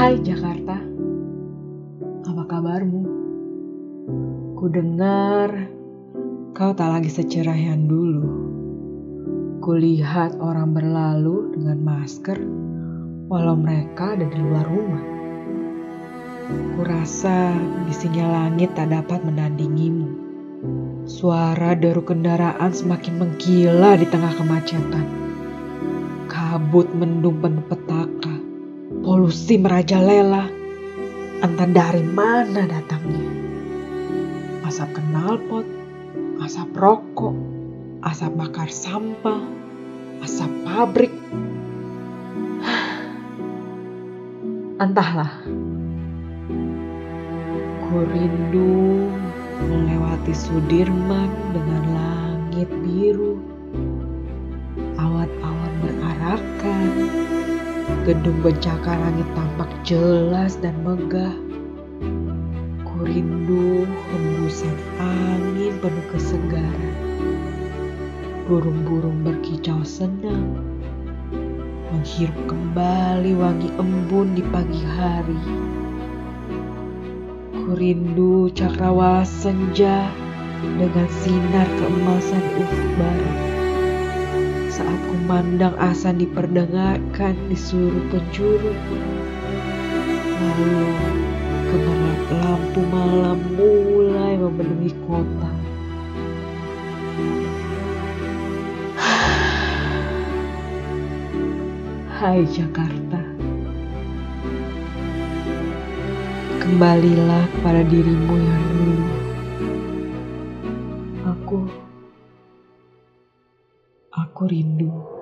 Hai Jakarta, apa kabarmu? Ku dengar kau tak lagi secerah yang dulu. Kulihat orang berlalu dengan masker walau mereka ada di luar rumah. Kurasa bisiknya langit tak dapat menandingimu. Suara deru kendaraan semakin menggila di tengah kemacetan. Kabut mendung penuh petaka. Polusi merajalela. Entah dari mana datangnya. Asap knalpot, asap rokok, asap bakar sampah, asap pabrik. Entahlah. Ku rindu melewati Sudirman dengan langit biru. Awan-awan berarakan. Gedung bencaka langit tampak jelas dan megah. Ku rindu hembusan angin penuh kesegaran. Burung-burung berkicau senang, menghirup kembali wangi embun di pagi hari. Ku rindu cakrawala senja dengan sinar keemasan ufuk barat. Saat kumandang azan diperdengarkan di seluruh penjuru, lalu gemerlap lampu malam mulai memenuhi kota. Hai Jakarta, kembalilah kepada dirimu yang dulu. Aku rindu.